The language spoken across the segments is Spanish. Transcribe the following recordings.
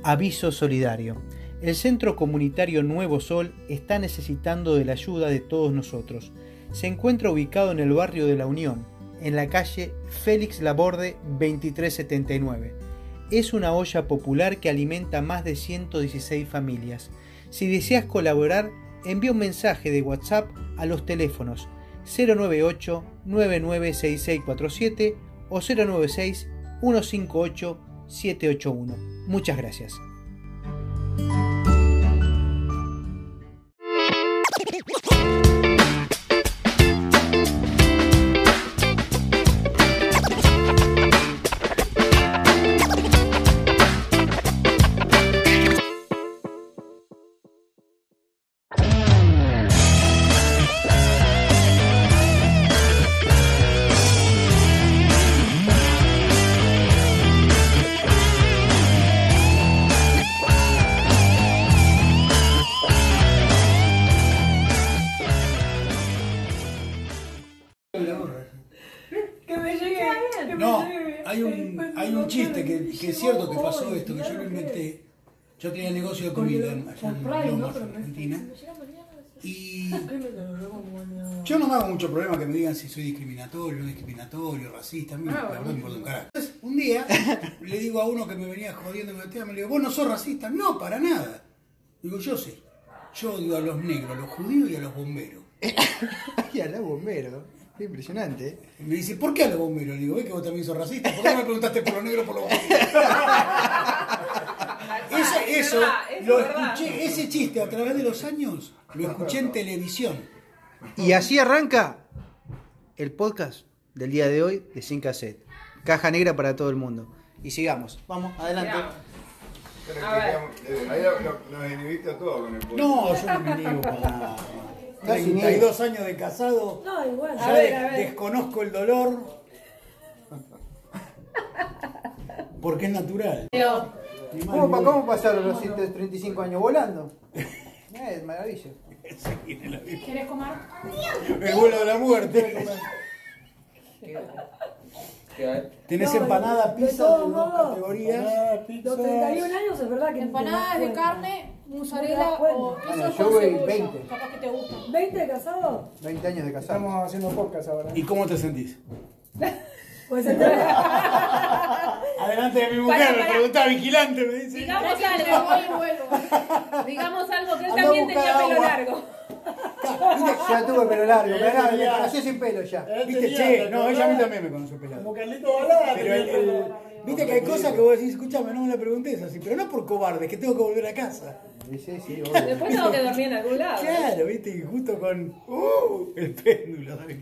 Aviso solidario. El Centro Comunitario Nuevo Sol está necesitando de la ayuda de todos nosotros. Se encuentra ubicado en el barrio de La Unión, en la calle Félix Laborde 2379. Es una olla popular que alimenta más de 116 familias. Si deseas colaborar, envía un mensaje de WhatsApp a los teléfonos 098-996647 o 096-158-781. Muchas gracias. Hay un chiste que es cierto que pasó esto, que yo lo inventé. Yo tenía negocio de comida allá en Lomas, Argentina. Y yo no me hago mucho problema que me digan si soy discriminatorio, no discriminatorio, racista, a mí la verdad me importa un carajo. Entonces, un día le digo a uno que me venía jodiendo, me digo, ¿vos no sos racista? No, para nada. Digo, yo sí. Yo odio a los negros, a los judíos y a los bomberos. Y a los bomberos. Qué impresionante. Me dice, ¿por qué a los bomberos? Le digo, ¿ves que vos también sos racista? ¿Por qué no me preguntaste por los negros o por los bomberos? Eso lo escuché, ese chiste a través de los años, lo escuché en televisión. Y así arranca el podcast del día de hoy de Sin Cassette. Caja negra para todo el mundo. Y sigamos. Vamos, adelante. Ahí nos inhibiste a todos con el podcast. No, yo no me niego para nada. 32 años de casado, no, igual. Ya desconozco el dolor porque es natural. ¿Cómo pasaron los 135 años volando? Es maravilla. ¿Querés comer? El vuelo de la muerte. Tenés empanada, pizza de dos categorías. Los 31 años es verdad que empanadas de carne, mozzarella o queso yo con voy cebolla. 20. Capaz que te gustan. ¿20 de casado? 20 años de casado. Estamos haciendo podcast ahora. ¿Y cómo te sentís? Pues Adelante de mi mujer, me preguntaba vigilante, me dice. Digamos algo, voy y vuelvo. Digamos algo, que él también tenía pelo largo. Ya tuve pelo largo, pero me conocí sin pelo ya. ¿Viste? Che, no, ella a mí también me conoció pelado. Como Carlito Balada. Pero viste que hay cosas que vos decís, escúchame, no me la preguntes así, pero no por cobarde, es que tengo que volver a casa. Sí, obvio. Después tengo que dormir en algún lado. Claro, viste, y justo con el péndulo, ¿sabes?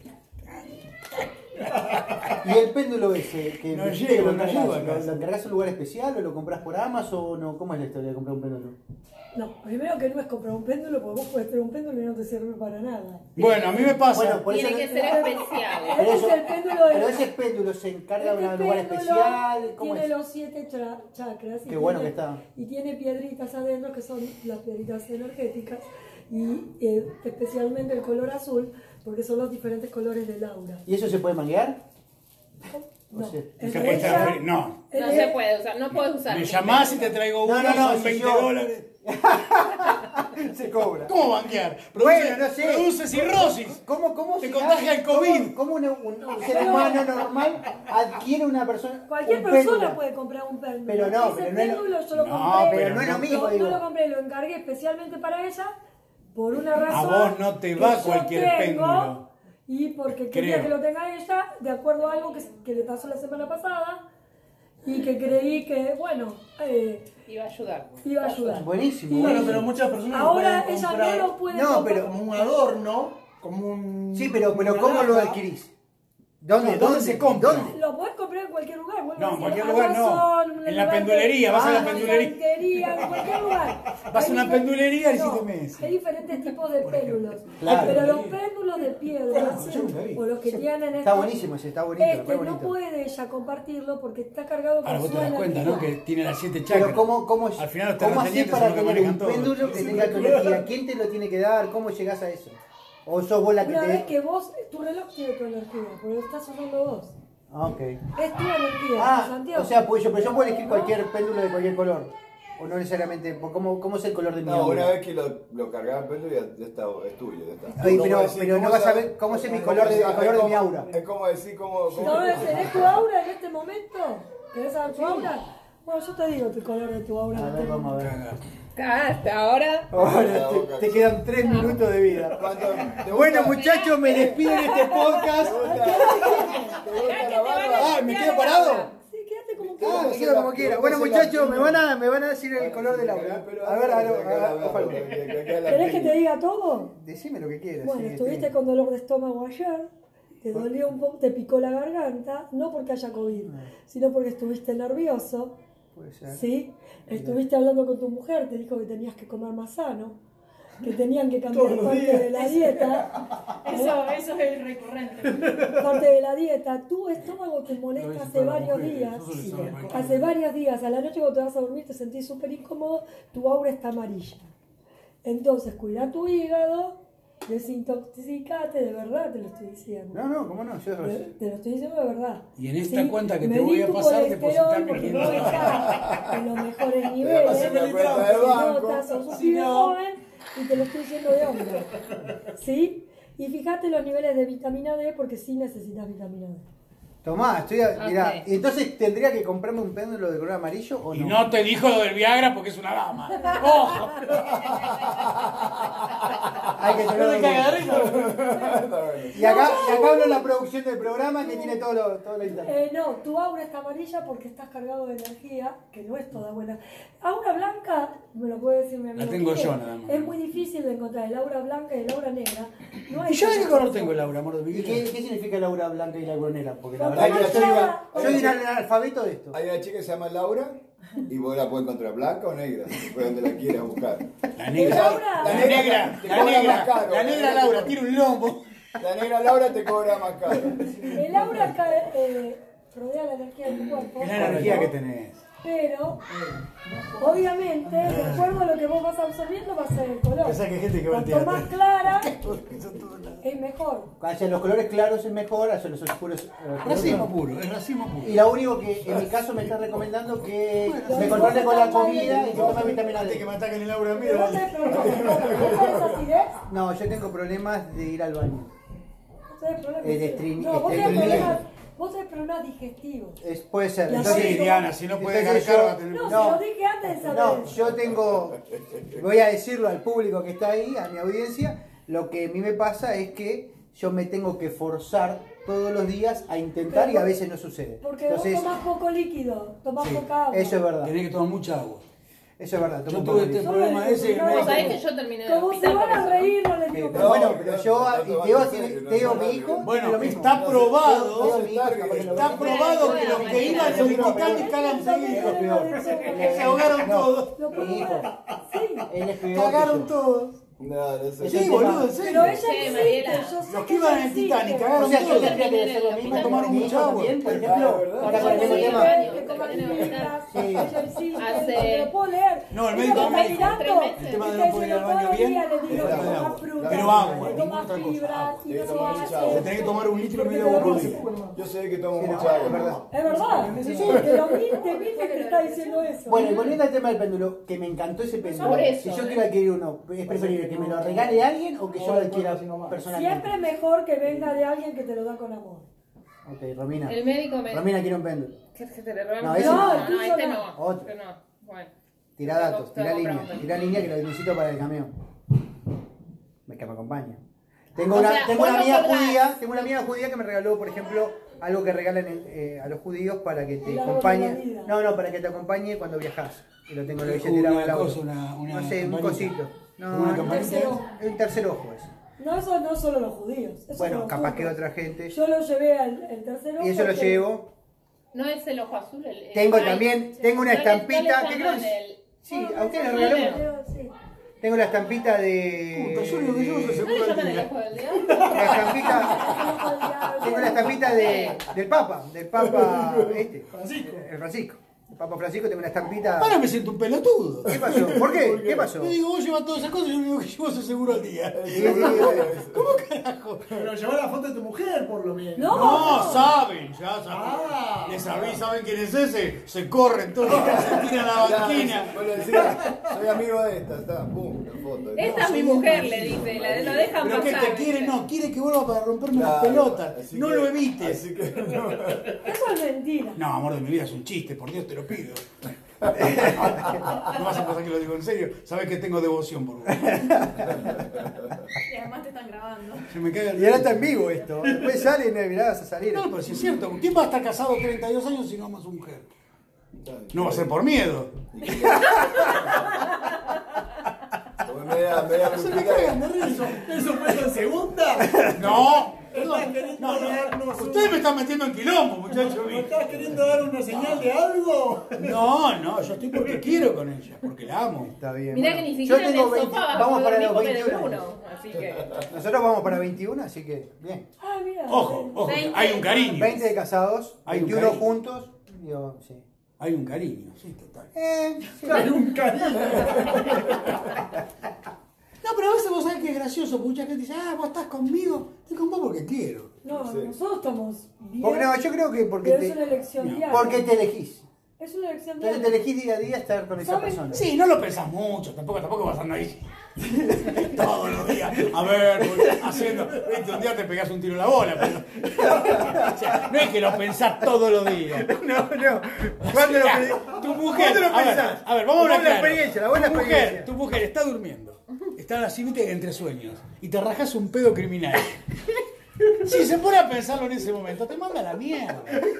¿Y el péndulo ese? Que no llego, no llego a ¿Lo casa. encargás en un lugar especial o lo compras por Amazon o cómo es la historia de comprar un péndulo? No, primero que no es comprar un péndulo, porque vos podés tener un péndulo y no te sirve para nada. Bueno, a mí me pasa. Bueno, por Tiene eso que ser especial. Pero Ese es el péndulo de... Pero ese péndulo se encarga de un Este lugar péndulo especial. ¿Cómo tiene es? los 7 chakras. Qué bueno que está. Y tiene piedritas adentro, que son las piedritas energéticas. Y especialmente el color azul, porque son los diferentes colores del aura. ¿Y eso se puede manguear? No, O sea, el ¿Se de puede ella- transferir? No. el No de- se puede usar, no puedes usar. Me llamás y te traigo uno, No, son si 20 yo- dólares. Se cobra. ¿Cómo banquear? Bueno, no sé. Produce cirrosis. ¿Cómo Te se contagia el COVID. ¿Cómo un ser humano normal adquiere una persona? Cualquier un persona péndulo? puede comprar un péndulo. Pero no, Ese pero no es lo- péndulo yo lo No, compré. pero no es lo mismo, No digo. lo compré, lo encargué especialmente para ella, por una razón. vos no te va que yo cualquier tengo, péndulo. Y porque quería Creo. que lo tenga ella, de acuerdo a algo que le pasó la semana pasada, y que creí que, bueno, Iba a ayudar. iba a ayudar. Buenísimo. Y- Bueno, pero muchas personas Ahora lo pueden ella comprar no lo puede No, comprar. pero- como un adorno, como un... Sí, pero una ¿cómo lo laja. adquirís? ¿Dónde se compra? ¿Dónde? Lo puedes comprar en cualquier lugar. Bueno, No, en si cualquier en lugar no. Amazon, En un la lugar de- pendulería, vas a la en pendulería. santería, en cualquier lugar. Vas a una Hay pendulería y no, si te metes. hay diferentes tipos de péndulos. Claro. Pero los péndulos de piedra, yo nunca vi. o los que tienen Está estos- buenísimo ese, está bonito, este re bonito. no puede ella compartirlo porque está cargado con Ahora vos su te das cuenta, energía. ¿no? Que tiene las 7 chakras. Pero ¿cómo Al final los ¿cómo haces terratenientes para son los que tener manejan un todo. péndulo que tenga tu energía? ¿Quién te lo tiene que dar? ¿Cómo llegás a eso? ¿O sos vos la que Una vez te...? que vos, tu reloj tiene tu energía, porque lo estás usando vos. Ah, ok. Es tu energía, Ah, Santiago. o sea, pues yo puedo elegir cualquier péndulo de cualquier color. ¿O no necesariamente? ¿Cómo es el color de mi No, aura? una vez que lo cargas el pelo ya está, es tuyo, ya está. Ay, ¿Cómo decir, pero no cómo vas a sabe- ver cómo es mi cómo color de, sabe- el color de mi cómo- aura. Es como decir cómo... ¿Sabes? ¿Tenés tu aura en este momento? ¿Querés saber tu aura? Bueno, yo te digo el color de tu aura. A ver, vamos a ver. Hasta ahora. Ahora te quedan 3 minutos de vida. ¿Cuánto- te gusta- Bueno, muchachos, me despido en este podcast. ¿Te gusta la barba? Ah, ¿me quedo parado? Sí, quédate como Ah, quieras. me quedo como quiera. Bueno, muchachos, me van a decir el color del aura. A ver, ¿Querés que te diga todo? Decime lo que quieras. Bueno, sí, estuviste con dolor de estómago ayer, te dolió un poco, te picó la garganta, no porque haya COVID, sino porque estuviste nervioso, Puede ser. ¿sí? Estuviste hablando con tu mujer, te dijo que tenías que comer más sano, que tenían que cambiar Todos los parte días. de la dieta, Eso es recurrente. parte de la dieta. Tu estómago te molesta hace varios días, hace varios días, a la noche cuando te vas a dormir te sentís súper incómodo, tu aura está amarilla. Entonces, cuida tu hígado, desintoxicate, de verdad te lo estoy diciendo. No, cómo no, yo Te lo estoy diciendo de verdad. Y en esta cuenta que te Medí voy a tu pasar, colesterol, depositarme porque 500 no estás en los mejores niveles. pasar la cuenta del Se banco. nota, sos un Si pibe no. joven y te lo estoy diciendo de hombre. ¿Sí? Y fíjate los niveles de vitamina D porque sí necesitas vitamina D. Tomá, mirá, Ok. entonces tendría que comprarme un péndulo de color amarillo o no. Y no te dijo lo del Viagra porque es una dama. ¡Ojo! Hay que No tenerlo te en cagas de cuenta. risa. Y acá hablo la producción del programa que tiene todo la internet. No, tu aura está amarilla porque estás cargado de energía, que no es toda buena. Aura blanca, me lo puede decir mi amigo. La tengo Quique, yo nada más. Es muy difícil de encontrar el aura blanca y el aura negra. No hay ¿Y yo de qué tanta color cosa. tengo el aura, amor de mi ¿Y vida? qué significa la aura blanca y la aura negra? Porque la Cuando verdad más que clara- soy un analfabeto de esto. Hay una chica que se llama Laura y vos la puedes encontrar blanca o negra, pues donde la quieras buscar. La El negra. aura- La La negra negra. te La cobra negra. más caro. La negra Laura tiene un lomo. La negra Laura te cobra más caro. El aura rodea la energía del cuerpo. Es la energía que tenés. Pero, obviamente, de acuerdo a lo que vos vas absorbiendo, va a ser el color. Pensá que hay gente que va al Cuanto teatro. más clara, es mejor. Hacia los colores claros es mejor, hacia los oscuros. Racismo puro, es racismo puro. Y lo único que en mi caso me está recomendando que me controle con la comida y que tome vitamina Antes que D. me ataquen el aura Pero vos mía. tenés problemas. ¿Vos tenés acidez? No, yo tengo problemas de ir al baño. ¿Vos tenés problemas? No, vos tenés problemas digestivos. Puede ser. La Entonces, Sí, Diana, si no puede entonces garcar yo- va a tener... No, No. se lo dije antes de saber. No, yo tengo, voy a decirlo al público que está ahí, a mi audiencia, lo que a mí me pasa es que yo me tengo que forzar todos los días a intentar y a veces no sucede. Porque Entonces, vos tomás poco líquido, tomás Sí, poca agua. eso es verdad, Tenés que tomar mucha agua. eso es verdad. tomo Yo un tuve poco de este líquido. problema ese que No, me Vos dijo... sabés que yo terminé en el Como se hospital van por a eso. reír, no les digo Pero que bueno, No, pero no, yo, no, y no, Teo, no, tiene- no, Teo, no, mi no, hijo, Bueno, tiene lo mismo. está probado Teo, mi hijo, capaz que lo Está ve. probado que los que iban en el Titanic cagan seguido. Se ahogaron todos. Lo puedo Mi hijo. ver. Sí. Él es peor que Cagaron yo. todos. No, no sé. Ese Sí, tema- boludo, en Pero serio. ella Sí, existe, Mariela. yo sé Los que que iban ella en el existe. Titanic O cagaron sea, yo todos. tendría que hacer lo mismo. Tomaron Mi mucha hijo agua. también, por Ah, ejemplo, ¿verdad? ahora con el mismo Sí, tema. que coman Sí. fibras, Sí. ella existe, Hace- te lo puedo leer. No, el Ella médico me me está dijo, mirando, 3 meses. El tema de y no te poder ir dice, al baño todos los bien, días le digo, el tema de toma agua. fruta, Pero agua, toma ninguna otra cosa. fibras, y Sí, no toma lo mucha hace. agua. Tenés que tomar 1 litro y medio de Porque agua por te día. Yo sé que tomo Sí, no, mucha agua. es verdad. Es verdad, te lo minte que te está diciendo eso. Bueno, y volviendo al tema del péndulo, que me encantó ese péndulo. Por eso, Si yo quiero adquirir uno, ¿es preferible que me lo regale alguien o que yo lo adquiera personalmente? Siempre es mejor que venga de alguien que te lo da con amor. Ok, Romina. El médico me... Romina quiere un péndulo. ¿Qué te le roban? No, ese no, no. no, este No. no. Otro. Este no. Bueno. Tira datos, tira línea que lo necesito para el camión. Que me acompaña. Tengo O una, sea, tengo vos una no amiga colgás. judía, tengo una amiga judía que me regaló, por ejemplo, algo que regalan a los judíos para que te El árbol acompañe. de la vida. No, para que te acompañe cuando viajas. Y lo tengo en la Es billetera una del auto. cosa, una No sé, un campanita. cosito. No, Una no, campanita. un tercer ojo es. No, eso no solo los judíos. Eso Bueno, son capaz los que turcos. otra gente. Yo lo llevé al tercero. Y eso lo llevo. No es el ojo azul. Tengo ay, también, tengo una no le- no le estampita, que creo llaman que el- sí, a usted le regaló una. Sí. Tengo la estampita de. Puta, yo lo que llevo es el ¿No le seguro llaman del el día. ojo del diablo? La estampita. Tengo la estampita del Papa, este, Francisco. el Francisco. Papa Francisco tiene una estampita. Ahora me siento un pelotudo. ¿Qué pasó? ¿Por qué? ¿Qué pasó? Yo digo, vos llevas todas esas cosas y yo único que llevo es el seguro al día. ¿Cómo carajo? Pero llevá la foto de tu mujer, por lo menos. No, saben, ya saben. Ah. Les avisé, ¿saben quién es ese? Se corren todos, se tiran a la banquina. Vos le decías, soy amigo de esta, está, pum, la foto. Esta es mi mujer, le dice, la dejan Pero que pasar. te quiere, no, quiere que vuelva para romperme las Claro, pelotas. así No que- lo evites. Así que no. Eso es mentira. No, amor de mi vida, es un chiste, por Dios te lo pido. No vas a pensar que lo digo en serio. Sabes que tengo devoción por vos. Y además te están grabando. Se me cae el Y ahora está en vivo esto. Después sale y no mirá, vas a salir. No, pero si es cierto, ¿quién va a estar casado 32 años si no ama a su mujer? No va a ser por miedo. Como media Se me cagan multitarea. de risa. ¿Eso fue en segunda? No, ¿Estás queriendo darnos ustedes me están metiendo en quilombo, muchachos. ¿Me estás queriendo dar una señal de algo? No, yo estoy porque quiero con ella, porque la amo. Está bien. Mirá bueno. que ni Yo siquiera en tengo el 20, sofá vas vamos a para poder los dormir de 21. Bruno. Así que. Nosotros vamos para 21, así que bien. Ah, mira. Ojo, ojo, 20. hay un cariño. 20 de casados, Hay un 21 cariño. juntos. Digo, sí. Hay un cariño, sí, total. Sí. Hay un cariño. No, pero a veces vos sabés que es gracioso, porque mucha gente dice, vos estás conmigo, estoy con vos porque quiero. No, Sí. nosotros estamos bien. Porque no, yo creo que porque pero es una elección diaria. porque te elegís. Es una elección Entonces diaria. te elegís día a día estar con esa ¿Saben? persona. Sí, no lo pensás mucho, tampoco vas a andar ahí todos los días, a ver, haciendo, viste, un día te pegás un tiro en la bola, pero o sea, no es que lo pensás todos los días. No. ¿Cuándo lo Mira, pensás? tu mujer, ¿Cuándo lo pensás? a ver, vamos a hablar La claro. experiencia, la buena Tu mujer, experiencia. tu mujer está durmiendo, está así, viste, entre sueños, y te rajás un pedo criminal. Si se pone a pensarlo en ese momento, te manda a la mierda.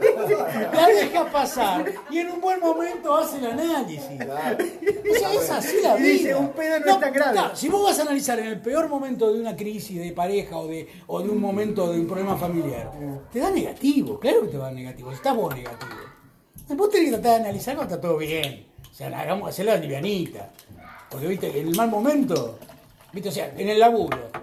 La deja pasar y en un buen momento hace el análisis. Claro. O sea, es así la Y vida. dice, un pedo no es tan grave. Claro, si vos vas a analizar en el peor momento de una crisis de pareja o de un momento de un problema familiar, te da negativo, claro que te va a dar negativo, estás vos negativo. Vos tenés que tratar de analizar cuando está todo bien. O sea, hacerla livianita. Porque, viste, en el mal momento, viste, o sea, en el laburo,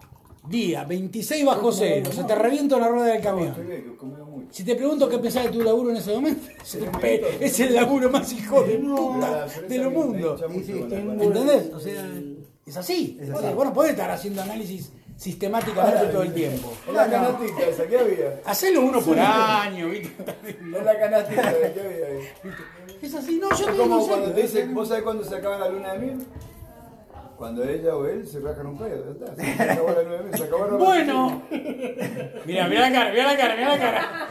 día 26 bajo cero, se te revienta una rueda del Estoy camión. bien, que comemos mucho. Si te pregunto qué pensás de tu laburo en ese momento, es el laburo más hijo de puta del mundo. ¿Entendés? O sea, es así. Es así. O sea, vos no podés estar haciendo análisis sistemáticamente todo el tiempo. Es la canastita esa, ¿qué había? Hacelo uno por año, ¿viste? Es la canastita, ¿qué había ahí? Es así, no, yo Es te como digo, cuando yo- te dicen, ¿vos sabés cuándo se acaba la luna de miel? Cuando ella o él se rajan un pedo, ya está. Se acabó la luna de miel, se acabó la Bueno. Mira la cara.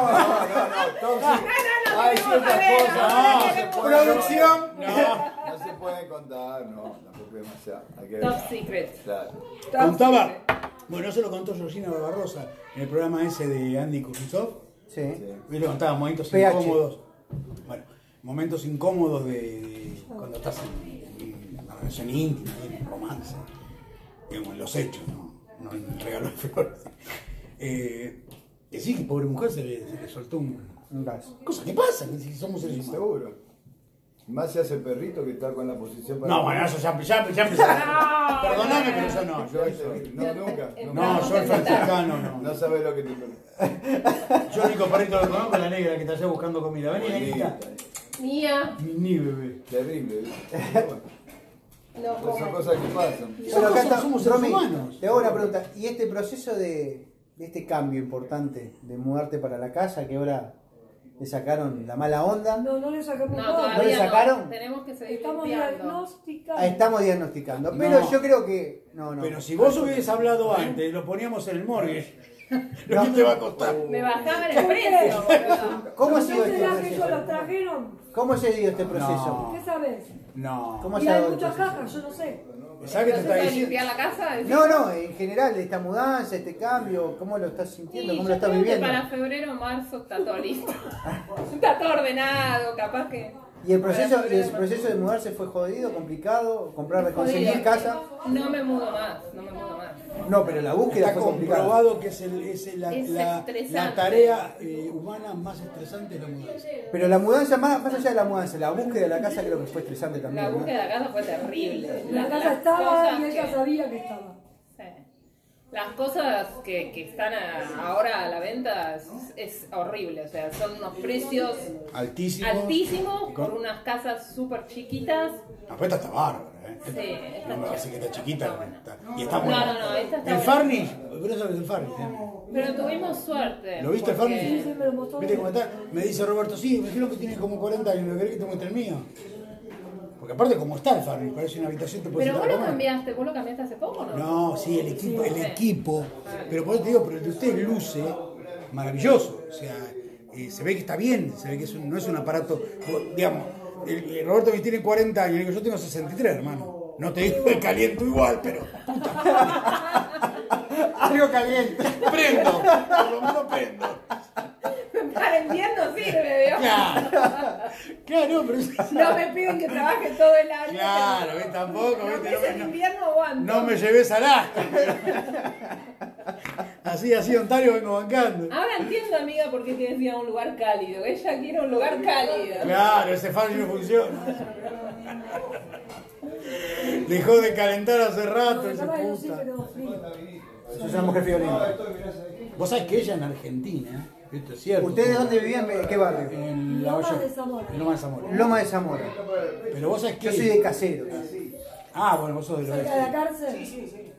No, tóxico. Hay ciertas cosas. no, Producción. No se pueden contar, no, tampoco es demasiado. Hay que Top secret. Claro. Contaba, bueno, eso lo contó Georgina Barbarosa en el programa ese de Andy Kuznetsov. Sí. Y le contaba momentos PH. incómodos. Bueno, momentos incómodos de cuando estás en una relación íntima, en romance, digamos, en los hechos, no en el regalo de flores. Que sí, que pobre mujer se le soltó Un gas. cosa que pasa, que si somos seres humanos. Seguro. Más se hace el perrito que está con la posición para. No, bueno, eso ya empezó. Perdóname, pero yo no. No, nunca. No, yo el franciscano no. No sabes lo que te pasa. Yo el único perrito que conozco es la negra que está allá buscando comida. Vení, negrita. Mía. Ni bebé. Terrible, ¿viste? No, Pues son como. cosas que pasan. Bueno, acá está, somos seres Romy, humanos. te hago una pregunta. ¿Y este proceso de este cambio importante de mudarte para la casa, que ahora le sacaron la mala onda? No le sacamos No, nada. todavía ¿No le sacaron? no. Tenemos que seguir Estamos limpiando. diagnosticando. Estamos diagnosticando. Pero No. yo creo que. No. Pero si vos hubieses hablado antes, lo poníamos en el mortgage. ¿Lo que te va a costar? Me bajaban el precio, boludo. ¿Cómo ha ¿No sido este será que ellos proceso? los trajeron? ¿Cómo se dio este proceso? No. ¿Qué sabes? No. ¿Cómo Y se ha hay dado el muchas proceso? cajas, yo no sé. ¿Sabes qué te ¿No se está puede diciendo? limpiar la casa? No, en general, esta mudanza, este cambio, ¿cómo lo estás sintiendo? Sí, ¿Cómo yo lo estás creo que viviendo? para febrero o marzo está todo listo. Está todo ordenado, capaz que. ¿Y el proceso, para febrero, de mudarse fue jodido, complicado? ¿Comprar, conseguir jodido. casa? No me mudo más. No, pero la búsqueda Está fue complicada. comprobado que es la estresante. tarea humana más estresante es la mudanza. Pero la mudanza, más allá de la mudanza, la búsqueda de la casa creo que fue estresante también. La ¿no? búsqueda de la casa fue terrible. La casa Las estaba cosas y ella que- sabía que estaba. Sí. Las cosas que están ahora a la venta es horrible, o sea, son unos precios altísimos por unas casas súper chiquitas. La puesta está bárbara, ¿eh? Sí, No me parece que está chiquita. Está buena. Y está buena. No, esta está El buena. Farnish, pero eso es el Farnish. Pero tuvimos suerte. ¿Lo viste el porque- Farnish? Sí, me lo mostró. ¿Viste cómo está? Me dice Roberto, sí, me dijeron que tiene como 40 años, ¿me querés que te muestre el mío? Porque aparte como está el Farnish, parece una habitación te puedes Pero vos sentar lo a comer. cambiaste, ¿vos lo cambiaste hace poco o no? No, sí, el equipo, Sí, el sí. equipo. Pero por eso te digo, pero el de usted luce maravilloso. O sea, se ve que está bien, se ve que no es un aparato, digamos, el Roberto que tiene 40 años, digo, yo tengo 63, hermano. No te digo que caliento igual, pero Algo caliente. prendo, por lo menos prendo. Para invierno sirve, ¿vio? Claro, pero No me piden que trabaje todo el año. claro, pero ¿ves? Tampoco, los ¿viste? meses de invierno aguanto. No me lleves a Alaska. Así, Ontario vengo bancando. Ahora entiendo, amiga, por qué te decía un lugar cálido. Ella quiere un lugar cálido. Claro, ese Farnish no funciona. Dejó de calentar hace rato ese Estaba yo sí, puta. pero frío. Sos una mujer friolenta. Vos sabés que ella en Argentina, esto es cierto. ¿Ustedes dónde vivían? ¿En qué barrio? En la Loma olla. de Zamora. En Loma de Zamora. Loma de Zamora. Pero vos sabés que. Yo soy de Caseros. Ah, bueno, vos sos de ¿Cerca de la oeste. cárcel?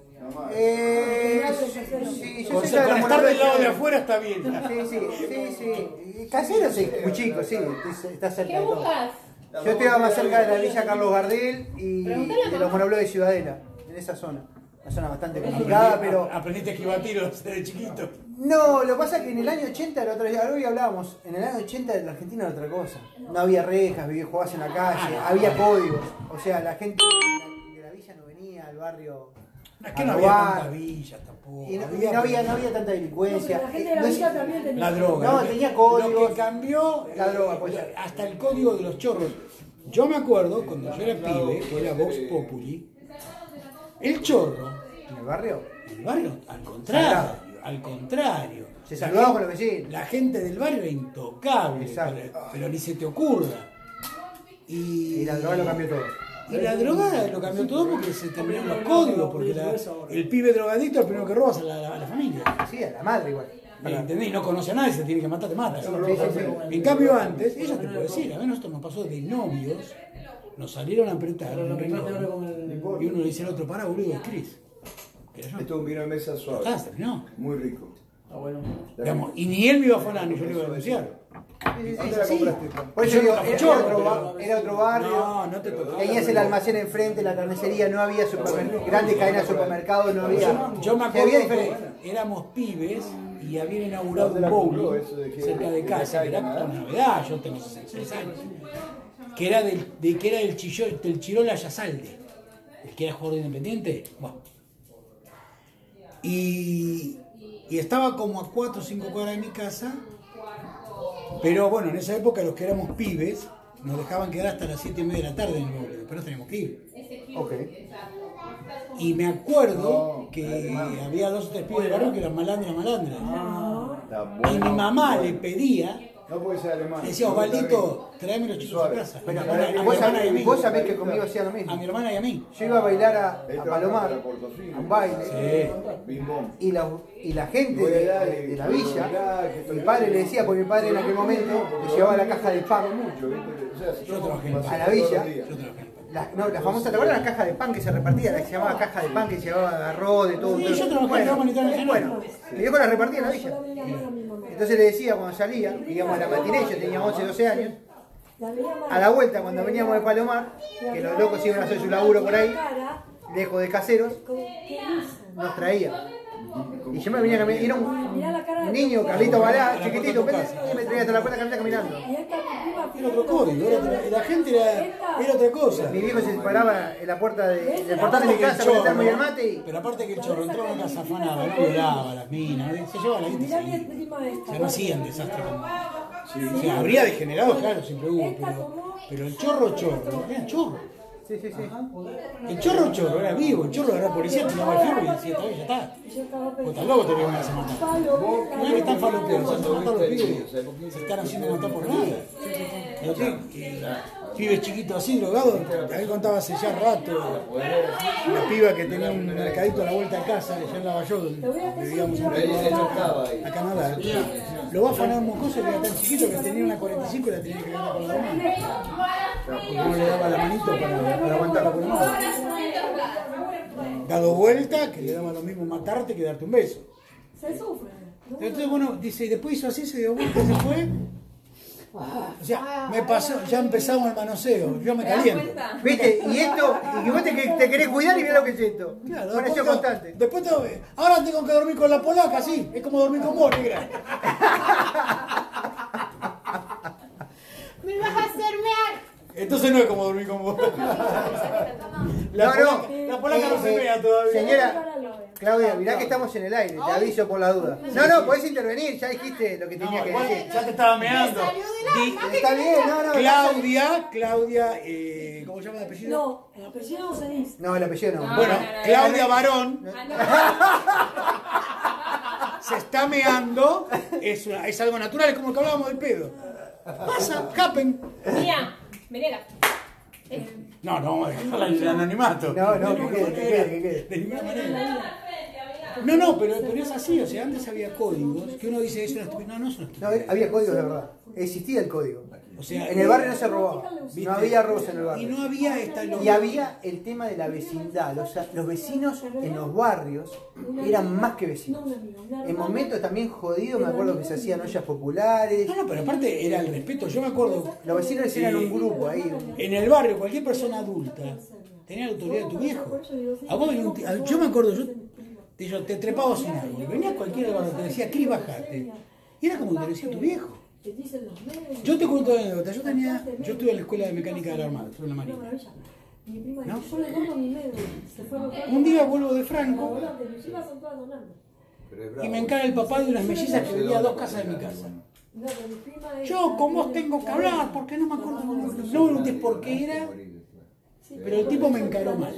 Sí, yo Con, soy con de estar del lado de afuera está bien. Sí. Caseros es muy chico, sí, está cerca ¿Qué de todo. buscas? Yo estaba más cerca de la Villa Carlos Gardel y Preguntale a de los mamá. monoblogs de Ciudadela, en esa zona. Una zona bastante complicada, pero... Aprendiste a esquivar tiros desde chiquito. No, lo que pasa es que en el año 80, la otra vez, hoy hablábamos, en el año 80 la Argentina era otra cosa. No había rejas, jugabas en la calle, había códigos. O sea, la gente de la villa no venía al barrio Es que a no había robar. tantas villas tampoco. Y no había tanta delincuencia. La gente de la No villa es- también tenía. La droga. No, Lo que- tenía códigos. Lo que cambió La droga, pues. hasta el código de los chorros. Yo me acuerdo cuando yo era pibe, que era Vox Populi, el chorro, ¿En el barrio? el barrio, al contrario. Se La saludaba gente- con los vecinos. La gente del barrio era intocable, Exacto. pero ni se te ocurra. Y la droga lo cambió todo. Y la droga lo cambió todo porque se terminaron los códigos, porque el pibe drogadito es el primero que robas a la familia. Sí, a la madre igual. ¿Entendés? Y no conoce a nadie, se tiene que matar, te mata. sí. En cambio antes, ella te puede decir, a ver, nosotros nos pasó de novios, nos salieron a apretar, un riñón, y uno le dice al otro, pará boludo, es Cris. Era yo. Esto es un vino de mesa suave. Ya está, terminó. Muy rico. Digamos, y ni él me iba a afanar, ni yo le iba a denunciar. ¿Dónde la compraste? Por eso Yo digo, nunca fui era chorro, otro, pero- era otro barrio. No te tocaba. Tenías el almacén enfrente, la carnicería, no había grandes cadenas de supermercados, no había. Yo me había acuerdo diferencia. que éramos pibes y habían inaugurado ¿Dónde un la compró bowling eso de que- cerca de de casa, que era caigan, una novedad, yo tengo 66 años, que era del Chirola Yasalde, el que era jugador de Independiente. Bueno. Y estaba como a 4 o 5 cuadras de mi casa, pero bueno, en esa época los que éramos pibes nos dejaban quedar hasta las 7:30 de la tarde en el bowling, pero teníamos que ir. Ok. Y me acuerdo que había 2 o 3 pibes de barrio que eran malandras. Está Y mi bueno. mamá le pedía, No puede ser alemán. le decía, Osvaldito, tráeme los chicos a casa. Pero, a mi hermana y a mí. vos sabés que conmigo hacía lo mismo. A mi hermana y a mí. Yo iba a bailar a Palomar, a un baile, Bim bom. y la gente de la villa, mi padre le decía, porque mi padre en aquel momento le llevaba la caja de pan Yo trabajé en a la villa. Yo trabajé en La famosa, ¿te acuerdas la caja de pan que se repartía? La que se llamaba caja de pan, que llevaba arroz, de todo. Sí, todo. yo trabajé en Bueno, la humanitaria en bueno, mi viejo la repartía en la villa. Entonces le decía cuando salía, íbamos a la matiné, yo tenía 11, 12 años, a la vuelta cuando veníamos de Palomar, que los locos iban a hacer su laburo por ahí, lejos de Caseros, nos traía. Y yo me venía caminando, era un niño, Carlito Balá, chiquitito, y me traía hasta la puerta caminando. Era otro código, la gente era otra cosa. Mi viejo se paraba en la puerta del portal de mi casa para meterme el mate y... Pero aparte que el chorro entraba en una casa afanada, no violaba a las minas, se llevaba a la gente y Mirá mi se iba. prima O esta. sea, no hacían desastre como. O sea, habría degenerados, claro, siempre hubo, pero el chorro, era chorro. Sí. El chorro era vivo, el chorro era policía, tiraba el fierro y decía, está bien, ya está. Vos estás loco, te voy a matar. No es que están falopeados, se matar los pibes, se están haciendo matar por nada. Pero pibes chiquitos así, drogados, a mí contaba hace ya rato, una piba que tenía un mercadito a la vuelta de casa, allá en Lavalló, donde vivíamos acá no la. Lo va a afanar un mocoso que era tan chiquito que tenía una 45 y la tenía que ganar con la mano. Porque no le daba la manito para aguantarla con la mano. Dado vuelta, que le daba lo mismo matarte que darte un beso. Se sufre. Entonces, bueno, dice, y después hizo así, se dio vuelta, se fue. O sea, me pasó, ya empezamos el manoseo, yo me caliento. ¿Viste? Y esto, y vos te querés cuidar y mirá lo que es esto. Claro, Pareció constante. Después ahora tengo que dormir con la polaca, sí, es como dormir con vos, negra. ¡Me vas a hacer mear! Entonces no es como dormir con vos. La polaca no se vea todavía. Señora Claudia, mirá que estamos en el aire, te aviso por la duda. No, podés intervenir, ya dijiste lo que tenía que decir. Ya te estaba meando. Está bien, no. Claudia, ¿cómo se llama el apellido? No, el apellido no se dice. No, el apellido no. Bueno, Claudia Barón se está meando, es algo natural, es como que hablábamos del pedo. Pasa, capen. Mía, vení acá. No, vamos a dejarla en el anonimato. No, que quede. De ninguna manera. No, pero es así, o sea, antes había códigos que uno dice, es una estupidez. No es una estupidez. No, había códigos de verdad. Existía el código. O sea, en el barrio no se robaba. No había robos en el barrio. Y no había Y había el tema de la vecindad. Los vecinos en los barrios eran más que vecinos. En momentos también jodidos, me acuerdo que se hacían ollas populares. No, pero aparte era el respeto. Yo me acuerdo. Los vecinos eran un grupo ahí. En el barrio, cualquier persona adulta tenía la autoridad de tu viejo. Yo me acuerdo, yo te trepaba sin árbol. Venía cualquiera cuando te decía, Cris, bajate. Y era como te decía tu viejo. Yo te cuento una anécdota. Yo estuve en la escuela de mecánica de la Armada, estuve en la Marina. ¿No? Un día vuelvo de Franco y me encara el papá de unas mellizas que vivía a 2 casas de mi casa. Yo con vos tengo que hablar porque no me acuerdo. No me preguntes por qué era, pero el tipo me encaró mal.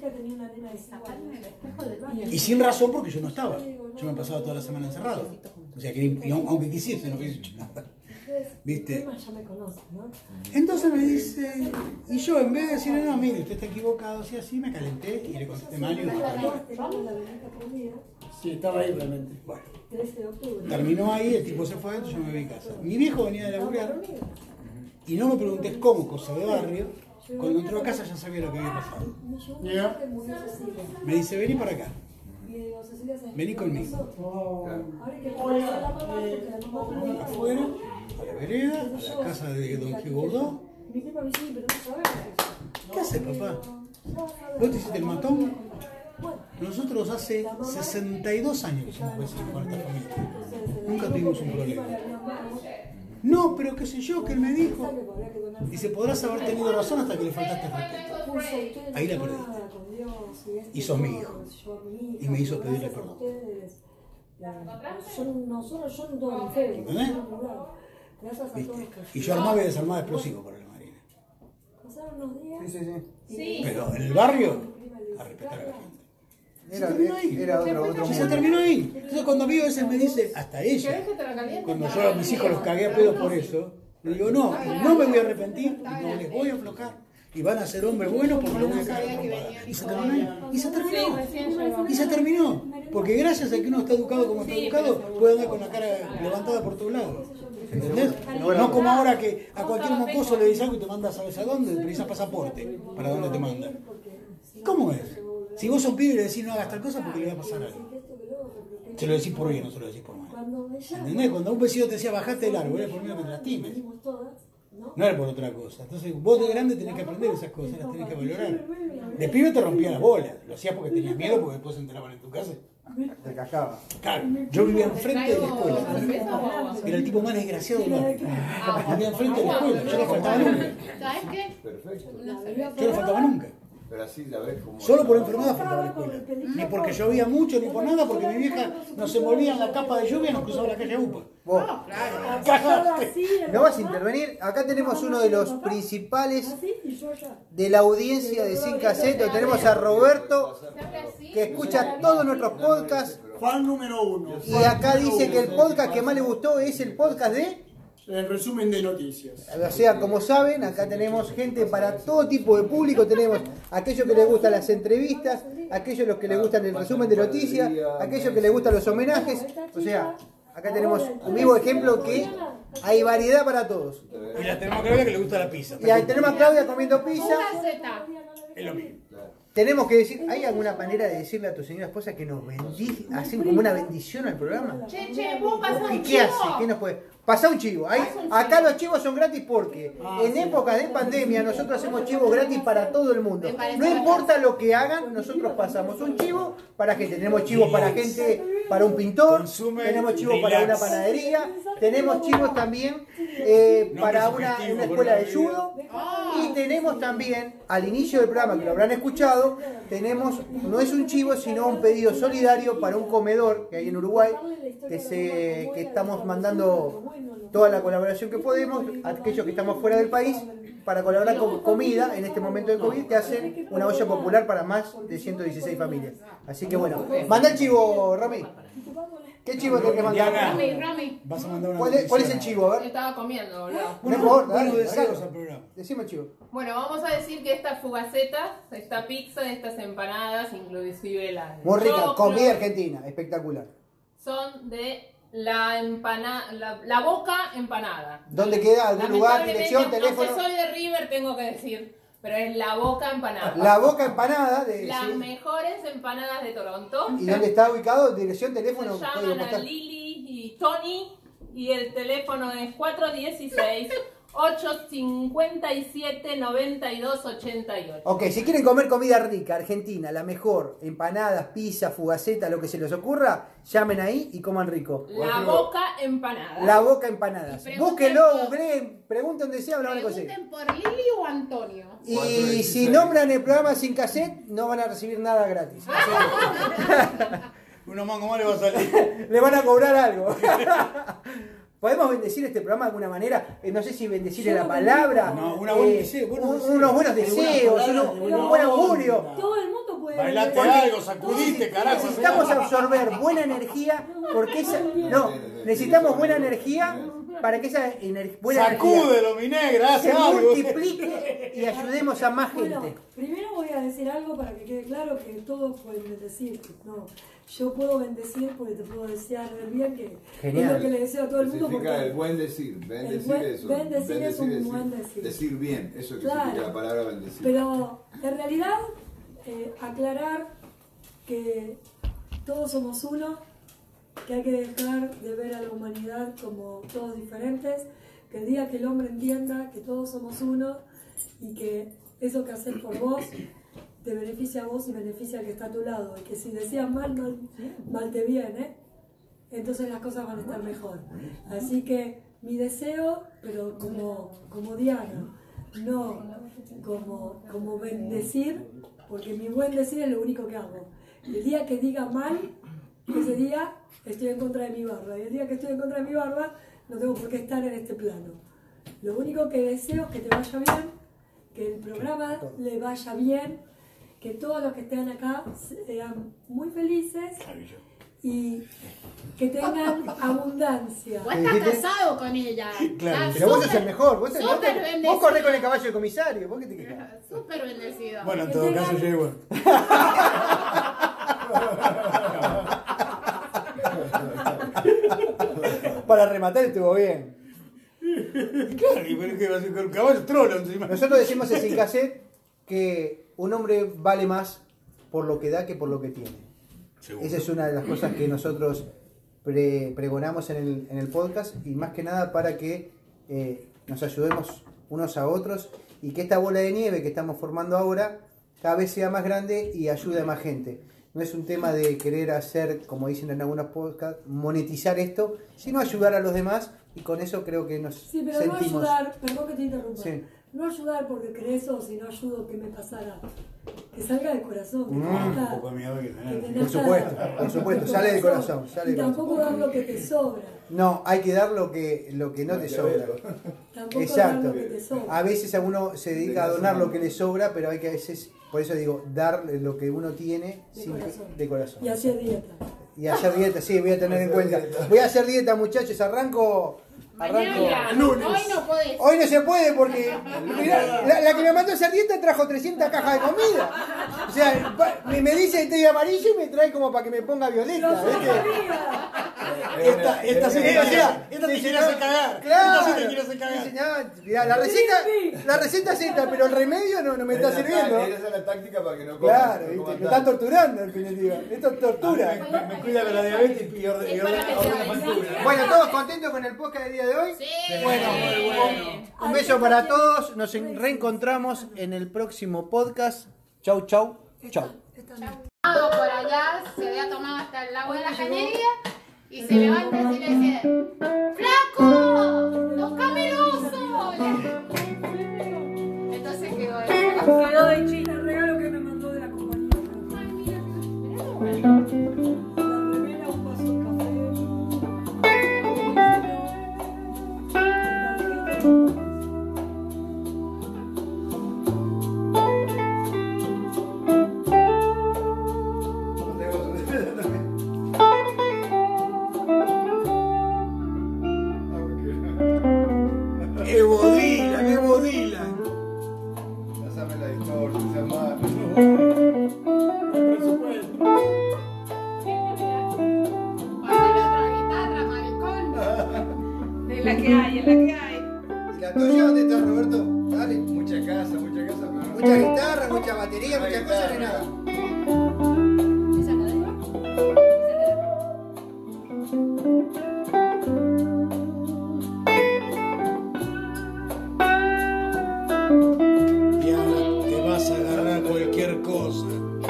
Y sin razón porque yo no estaba. Yo me pasaba toda la semana encerrado. O sea que aunque quisiese no hubiese hecho nada. ¿Viste? Entonces me dice, y yo en vez de decirle, no, mire, usted está equivocado, así me calenté y le contesté mal y lo maté. Sí, estaba ahí realmente. Bueno, terminó ahí, el tipo se fue, entonces yo me vi a casa. Mi viejo venía de laburar y no me preguntes cómo, cosa de barrio, cuando entró a casa ya sabía lo que había pasado. Me dice, vení para acá. Vení conmigo. Afuera, a la vereda, a la casa de don Gigodó. ¿Qué haces, papá? ¿Vos te hiciste el matón? Nosotros hace 62 años que somos vecinos con esta familia. Nunca tuvimos un problema. No, pero qué sé yo, que él me dijo. Dice, podrás haber tenido razón hasta que le faltaste respeto. Ahí la perdiste. Y sos mi hijo. Y me hizo pedirle perdón. ¿Entendés? ¿Viste? Y yo armaba y desarmaba explosivos para la Marina. Sí. Pero en el barrio, a respetar a la gente. Era otro Se mundo. terminó ahí. Entonces cuando mi veces me dice, hasta ella, cuando yo a mis hijos los cagué a pedo por eso, le digo, no me voy a arrepentir, y no les voy a aflojar. Y van a ser hombres buenos porque los voy a cagar a trompadas. Y se terminó ahí. Y se terminó. Porque gracias a que uno está educado como está educado, puede andar con la cara levantada por todos lados. ¿Entendés? No como ahora que a cualquier mocoso le dices algo y te manda, ¿sabes a dónde? Precisas pasaporte. ¿Para dónde te mandan? ¿Cómo es? Si vos sos pibe y le decís no hagas tal cosa, porque le va a pasar algo. Se lo decís por bien, no se lo decís por mal. ¿Entendés? Cuando un vecino te decía bajate del árbol, era por miedo que te lastimes. No era por otra cosa. Entonces vos de grande tenés que aprender esas cosas, las tenés que valorar. De pibe te rompía las bolas. Lo hacías porque tenías miedo, porque después se enteraban en tu casa. Te cagaba. Claro, yo vivía enfrente de la escuela. Era el tipo más desgraciado del barrio. Vivía enfrente de la escuela. Yo no faltaba nunca. ¿Sabes qué? Perfecto. Yo no faltaba nunca. Pero así ya ves como... Solo por enfermedad fui a la escuela. Ni porque llovía mucho, ni por nada, porque mi vieja no se movía en la capa de lluvia y nos cruzaba la calle UPA. Vos, ¿no vas a intervenir? Acá tenemos uno de los principales de la audiencia de Sin Cassette. Tenemos a Roberto, que escucha todos nuestros podcasts. Fan número 1. Y acá dice que el podcast que más le gustó es el podcast de... El resumen de noticias. O sea, como saben, acá tenemos gente para todo tipo de público. Tenemos aquellos que les gustan las entrevistas, aquellos los que les gustan el resumen de noticias, aquellos que les gustan los homenajes. O sea, acá tenemos un vivo ejemplo que hay variedad para todos. Y la tenemos a Claudia que le gusta la pizza. Y ahí tenemos a Claudia comiendo pizza. Es lo mismo. Tenemos que decir, ¿hay alguna manera de decirle a tu señora esposa que nos bendiga, hacen como una bendición al programa? Che, vos pasás un ¿Y qué chivo. hace? ¿Qué nos puede? Pasá un chivo. Acá los chivos son gratis porque en épocas de pandemia nosotros hacemos chivos gratis para todo el mundo. No importa lo que hagan, nosotros pasamos un chivo para gente. Tenemos chivos para gente, para un pintor, tenemos chivos para una panadería, tenemos chivos también para una escuela de judo. Y tenemos también, al inicio del programa, que lo habrán escuchado, tenemos, no es un chivo, sino un pedido solidario para un comedor que hay en Uruguay, que estamos mandando toda la colaboración que podemos, aquellos que estamos fuera del país, para colaborar con comida en este momento de COVID, que hacen una olla popular para más de 116 familias. Así que bueno, manda el chivo, Rami. ¿Qué chivo tenés que mandar? Rami. Vas a mandar una ¿Cuál es el chivo? A ver. Estaba comiendo, boludo. No importa, buenos dale, deseos dale. al programa. Decime el chivo. Bueno, vamos a decir que estas fugacetas, esta pizza, estas empanadas, inclusive las de Muy rica, choclo, comida argentina, espectacular. son de la boca empanada. ¿Dónde queda? ¿Algún lugar, Lamentablemente, dirección, teléfono? Aunque soy de River, tengo que decir, pero es la boca empanada. La boca empanada de... Las sí. mejores empanadas de Toronto. ¿Y dónde está ubicado? Dirección, teléfono, Se código llaman a postal. Lili y Tony y el teléfono es 416-857-9288. Ok, si quieren comer comida rica, argentina, la mejor, empanadas, pizza, fugaceta, lo que se les ocurra, llamen ahí y coman rico. La boca empanada. La boca empanadas. Y pregunten Búsquenlo, por- googleen, pregunten donde sea, lo van a conseguir. Pregunten por Lili o Antonio. Y si nombran el programa Sin Cassette, no van a recibir nada gratis. Unos mangos más le va a salir. Le van a cobrar algo. ¿Podemos bendecir este programa de alguna manera? No sé si bendecir es la palabra. No, una buena deseo, buenos deseos. Unos buenos deseos, un buen augurio. Todo el mundo puede Bailate porque algo, sacudiste, carajo. Necesitamos absorber buena energía porque esa... No, necesitamos buena energía para que esa buena energía Sacúdelo, mi negra, hace se algo. multiplique y ayudemos a más Bueno, gente. primero voy a decir algo para que quede claro que todos pueden bendecir. No, yo puedo bendecir porque te puedo desear el bien, que Genial. es lo que le deseo a todo el mundo. Significa Porque el buen decir. Bendecir buen- eso. bendecir es un buen decir. Decir bien, eso que Claro. significa la palabra bendecir. Pero en realidad, aclarar que todos somos uno, que hay que dejar de ver a la humanidad como todos diferentes, que el día que el hombre entienda que todos somos uno y que eso que haces por vos te beneficia a vos y beneficia al que está a tu lado, y que si decías mal te viene, entonces las cosas van a estar mejor. Así que mi deseo, pero como Diana, no como bendecir, porque mi buen decir es lo único que hago. El día que diga mal, ese día estoy en contra de mi barba, y el día que estoy en contra de mi barba no tengo por qué estar en este plano. Lo único que deseo es que te vaya bien, que el programa le vaya bien, que todos los que estén acá sean muy felices y que tengan abundancia. Vos estás casado con ella. Claro, Estás Pero vos sos súper- el mejor, vos súper bendecido. vos corrés con el caballo del comisario, ¿vos qué te quejas? Súper bendecido. Bueno, en todo caso yo igual. Para rematar estuvo bien. Claro, y pero que va a ser con un caballo trolo encima. Nosotros decimos en Sin Cassette que un hombre vale más por lo que da que por lo que tiene. Seguro. Esa es una de las cosas que nosotros pregonamos en el podcast, y más que nada para que nos ayudemos unos a otros y que esta bola de nieve que estamos formando ahora cada vez sea más grande y ayude a más gente. No es un tema de querer hacer, como dicen en algunos podcasts, monetizar esto, sino ayudar a los demás, y con eso creo que nos Sí, pero sentimos. no ayudar, perdón que te interrumpa, Sí. no ayudar porque crees o si no ayudo que me pasara. Que salga del corazón. Un poco de miedo que Por supuesto, sale del corazón. Y tampoco dar lo que te sobra. No, hay que dar lo que no te sobra. Tampoco Exacto. dar lo que te sobra. A veces a uno se dedica a donar lo que le sobra, pero hay que a veces, por eso digo, dar lo que uno tiene de corazón. Y hacer dieta. Y hacer dieta, sí, voy a tener en cuenta. Voy a hacer dieta, muchachos, arranco. Mañana. lunes. Hoy no podés. Hoy no se puede porque mirá, la que me mandó a hacer dieta trajo 300 cajas de comida. O sea, me dice que estoy amarillo y me trae como para que me ponga violeta. Esta sí te quiere hacer cagar. Claro. Esta sí te quiere hacer cagar. Dice, no, mirá, la receta es esta, pero el remedio no me está sirviendo. Esa es la táctica para que no coma. Claro, ¿viste? Me están torturando en definitiva. Esto es tortura. Me cuida con la diabetes y ordena factura. Bueno, ¿todos contentos con el podcast del día de hoy? Sí. Bueno, un beso para todos. Nos reencontramos en el próximo podcast. Chau, chau, chau. Por allá se había tomado hasta el agua de la cañería y se levanta y le dice: ¡Flaco! ¡Tócame el oso! Entonces quedó de China, el regalo que me mandó de la compañía. Ay, mira, La remera, un vaso de ¡Qué bodila, qué bodila! Pásame la distorsión, esa madre. Pásale otra guitarra, maricón. Es la que hay, es la que hay. ¿Y la tuya dónde está, Roberto? Dale. Mucha casa, pero no. Mucha guitarra, mucha batería, muchas cosas, de nada. ¿Esa la de Y ahora te vas a agarrar cualquier cosa.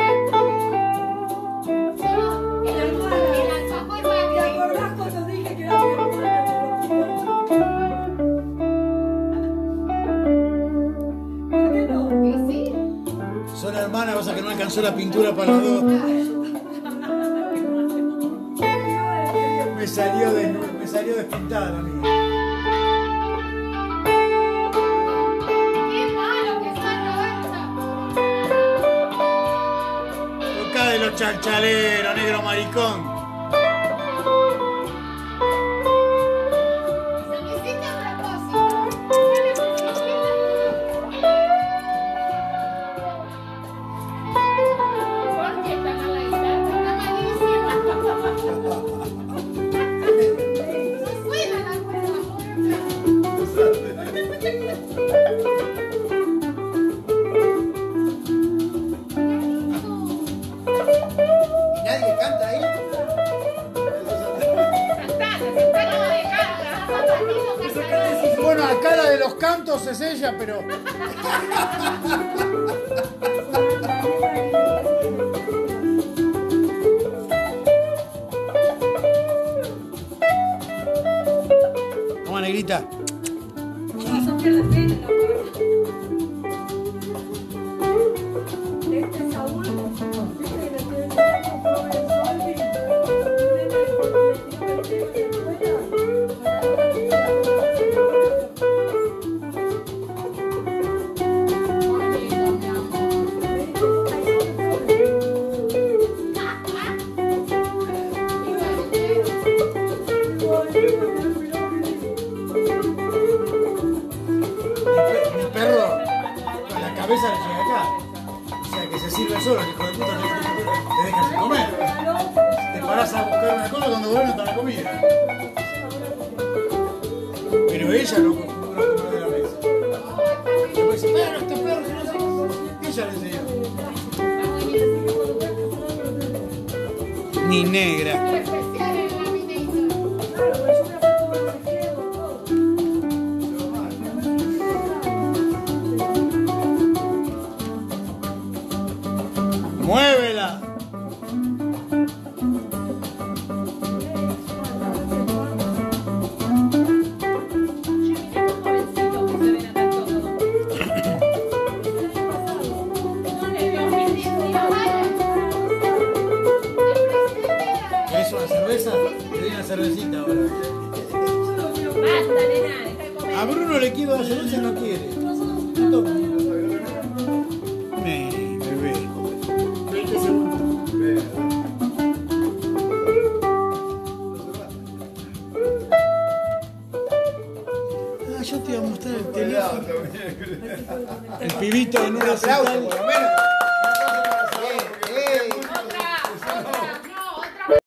El alfajor ¿Te acordás cuando dije que era mi hermana? ¿Por qué no? ¿Y sí? Son hermanas, cosa que no alcanzó la pintura para los dos. Me salió despintada la mía. ¡Qué malo que está Roberta! Tocá de los chalchaleros, negro maricón. Se me hiciste a propósito. ¿Por qué está mal la guitarra? Está malísima. No suena la ¿Y nadie canta ahí? Bueno, acá la de los cantos es ella, pero. Toma, negrita. Este es Saúl, viste que le tiene el sol, Mi perro, con la cabeza le llega acá. O sea, que se sirve solo, el hijo de puta te deja sin comer. Te parás a buscar una cosa cuando vuelve está la comida. Pero ella no come de la mesa. Después dice, pero este perro, que no sé. Ella le enseñó. Ni negra. especial en Laminator. claro, pero yo me hago todo el tejido, todo. ¡Muévela! Che, mirá qué jovencitos que se ven acá todos. cerveza? Te doy una cervecita ahora. Basta, nena, deja de comer. A Bruno le quiero dar cerveza y no quiere. Toma. Bebé. 20 segundos. Yo te iba a mostrar el teléfono. El pibito en un aplauso, por lo menos.